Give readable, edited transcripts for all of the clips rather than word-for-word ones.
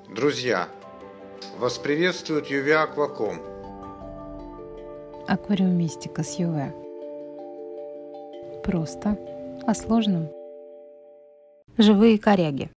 Друзья, вас приветствует UV Aquacom. Аквариумистика с ЮВ. Просто о сложном. Живые коряги.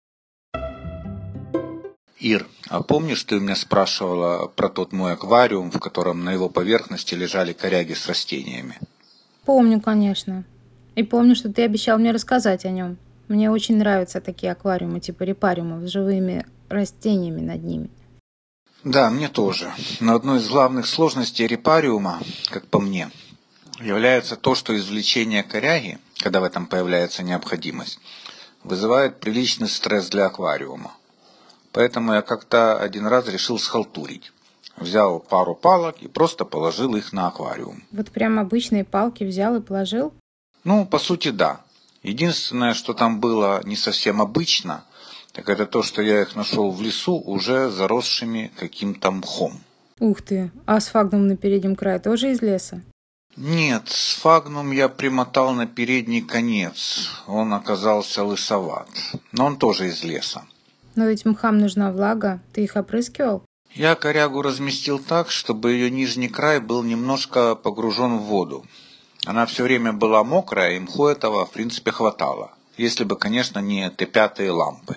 Ир, а помнишь, ты у меня спрашивала про тот мой аквариум, в котором на его поверхности лежали коряги с растениями? Помню, конечно. И помню, что ты обещал мне рассказать о нем. Мне очень нравятся такие аквариумы, типа репариумов, с живыми растениями над ними. Да, мне тоже. Но одной из главных сложностей репариума, как по мне, является то, что извлечение коряги, когда в этом появляется необходимость, вызывает приличный стресс для аквариума. Поэтому я как-то один раз решил схалтурить. Взял пару палок и просто положил их на аквариум. Вот прям обычные палки взял и положил? Ну, по сути, да. Единственное, что там было не совсем обычно, так это то, что я их нашел в лесу уже заросшими каким-то мхом. Ух ты, а сфагнум на переднем крае тоже из леса? Нет, сфагнум я примотал на передний конец. Он оказался лысоват. Но он тоже из леса. Но ведь мхам нужна влага. Ты их опрыскивал? Я корягу разместил так, чтобы ее нижний край был немножко погружен в воду. Она все время была мокрая, и мху этого, в принципе, хватало. Если бы, конечно, не Т5 лампы.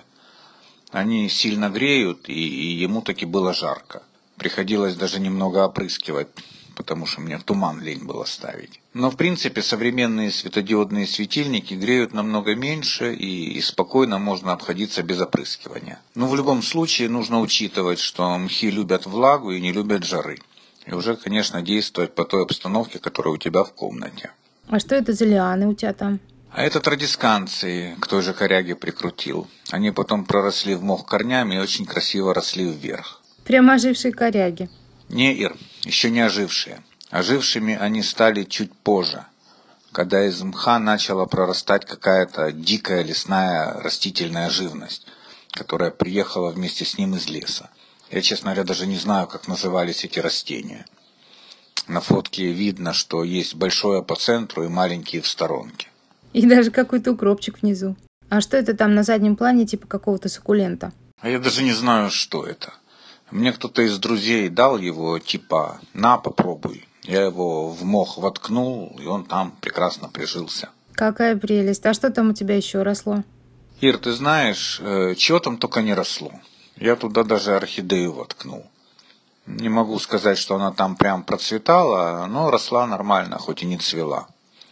Они сильно греют, и ему таки было жарко. Приходилось даже немного опрыскивать, потому что мне туман лень было ставить. Но, в принципе, современные светодиодные светильники греют намного меньше, и спокойно можно обходиться без опрыскивания. Но в любом случае нужно учитывать, что мхи любят влагу и не любят жары. И уже, конечно, действовать по той обстановке, которая у тебя в комнате. А что это за лианы у тебя там? А это традисканции к той же коряге прикрутил. Они потом проросли в мох корнями и очень красиво росли вверх. Прямо ожившие коряги. Не, Ир, еще не ожившие. Ожившими они стали чуть позже, когда из мха начала прорастать какая-то дикая лесная растительная живность, которая приехала вместе с ним из леса. Я, честно говоря, даже не знаю, как назывались эти растения. На фотке видно, что есть большое по центру и маленькие в сторонке. И даже какой-то укропчик внизу. А что это там на заднем плане, типа какого-то суккулента? А я даже не знаю, что это. Мне кто-то из друзей дал его, типа, на, попробуй. Я его в мох воткнул, и он там прекрасно прижился. Какая прелесть. А что там у тебя еще росло? Ир, ты знаешь, чего там только не росло. Я туда даже орхидею воткнул. Не могу сказать, что она там прям процветала, но росла нормально, хоть и не цвела.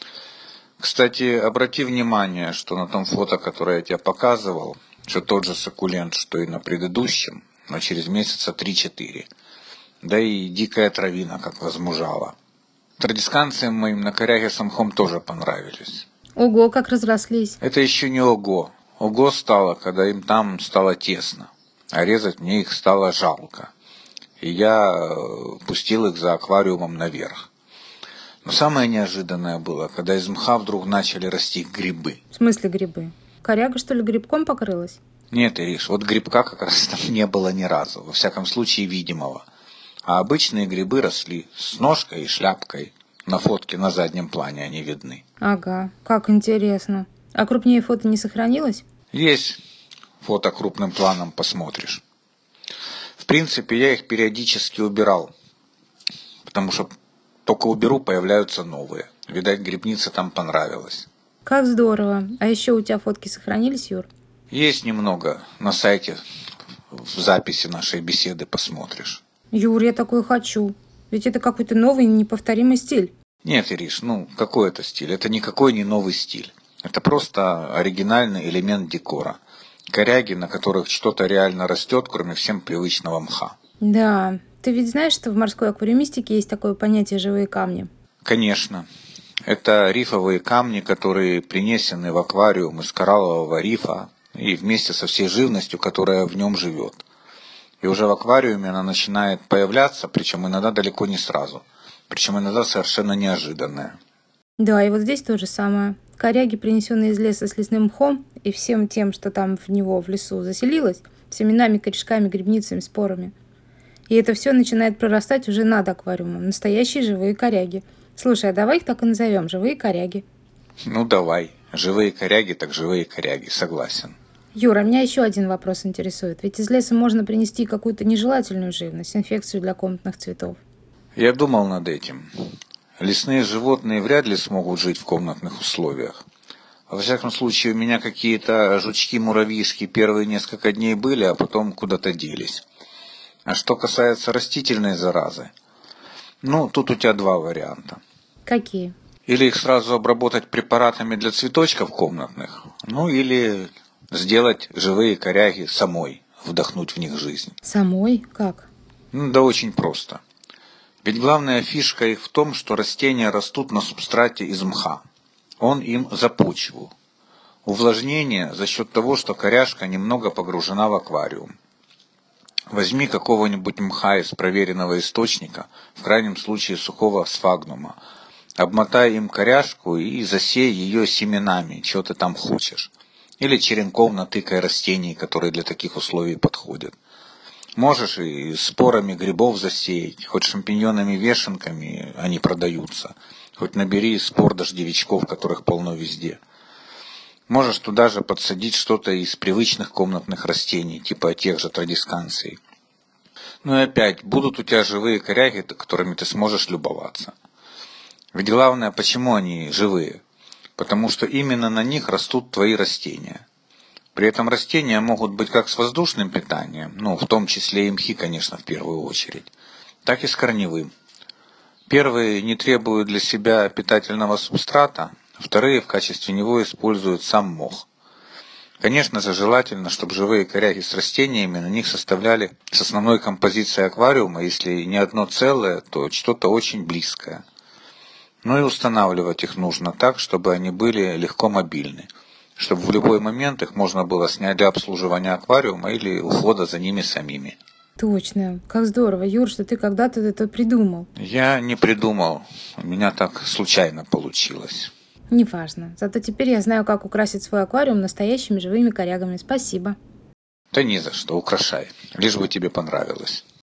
Кстати, обрати внимание, что на том фото, которое я тебе показывал, что тот же суккулент, что и на предыдущем, но через месяца 3-4. Да и дикая травина как возмужала. Традисканциям моим на коряге с мхом тоже понравились. Ого, как разрослись. Это еще не ого. Ого стало, когда им там стало тесно. А резать мне их стало жалко. И я пустил их за аквариумом наверх. Но самое неожиданное было, когда из мха вдруг начали расти грибы. В смысле грибы? Коряга, что ли, грибком покрылась? Нет, Ириш, вот грибка как раз там не было ни разу, во всяком случае видимого. А обычные грибы росли с ножкой и шляпкой. На фотке на заднем плане они видны. Ага, как интересно. А крупнее фото не сохранилось? Есть фото крупным планом, посмотришь. В принципе, я их периодически убирал, потому что только уберу, появляются новые. Видать, грибница там понравилась. Как здорово. А еще у тебя фотки сохранились, Юр? Есть немного на сайте, в записи нашей беседы посмотришь. Юр, я такое хочу. Ведь это какой-то новый неповторимый стиль. Нет, Ириш, какой это стиль? Это никакой не новый стиль. Это просто оригинальный элемент декора. Коряги, на которых что-то реально растет, кроме всем привычного мха. Да, ты ведь знаешь, что в морской аквариумистике есть такое понятие «живые камни»? Конечно. Это рифовые камни, которые принесены в аквариум из кораллового рифа и вместе со всей живностью, которая в нем живет. И уже в аквариуме она начинает появляться, причем иногда далеко не сразу. Причем иногда совершенно неожиданная. Да, и вот здесь то же самое. Коряги, принесенные из леса с лесным мхом и всем тем, что там в него в лесу заселилось, семенами, корешками, грибницами, спорами. И это все начинает прорастать уже над аквариумом. Настоящие живые коряги. Слушай, а давай их так и назовем, живые коряги. Ну давай, живые коряги так живые коряги, согласен. Юра, меня еще один вопрос интересует. Ведь из леса можно принести какую-то нежелательную живность, инфекцию для комнатных цветов. Я думал над этим. Лесные животные вряд ли смогут жить в комнатных условиях. Во всяком случае, у меня какие-то жучки-муравьишки первые несколько дней были, а потом куда-то делись. А что касается растительной заразы, тут у тебя два варианта. Какие? Или их сразу обработать препаратами для цветочков комнатных, или сделать живые коряги самой, вдохнуть в них жизнь. Самой? Как? Да очень просто. Ведь главная фишка их в том, что растения растут на субстрате из мха. Он им за почву. Увлажнение за счет того, что коряжка немного погружена в аквариум. Возьми какого-нибудь мха из проверенного источника, в крайнем случае сухого сфагнума, обмотай им коряжку и засей ее семенами, чего ты там хочешь. Или черенком натыкай растений, которые для таких условий подходят. Можешь и спорами грибов засеять, хоть шампиньонами-вешенками они продаются, хоть набери спор дождевичков, которых полно везде. Можешь туда же подсадить что-то из привычных комнатных растений, типа тех же традисканций. И опять, будут у тебя живые коряги, которыми ты сможешь любоваться. Ведь главное, почему они живые? Потому что именно на них растут твои растения. При этом растения могут быть как с воздушным питанием, в том числе и мхи, конечно, в первую очередь, так и с корневым. Первые не требуют для себя питательного субстрата, вторые в качестве него используют сам мох. Конечно же, желательно, чтобы живые коряги с растениями на них составляли с основной композицией аквариума, если не одно целое, то что-то очень близкое. И устанавливать их нужно так, чтобы они были легко мобильны, чтобы в любой момент их можно было снять для обслуживания аквариума или ухода за ними самими. Точно. Как здорово, Юр, что ты когда-то это придумал. Я не придумал. У меня так случайно получилось. Неважно. Зато теперь я знаю, как украсить свой аквариум настоящими живыми корягами. Спасибо. Да ни за что, украшай. Лишь бы тебе понравилось.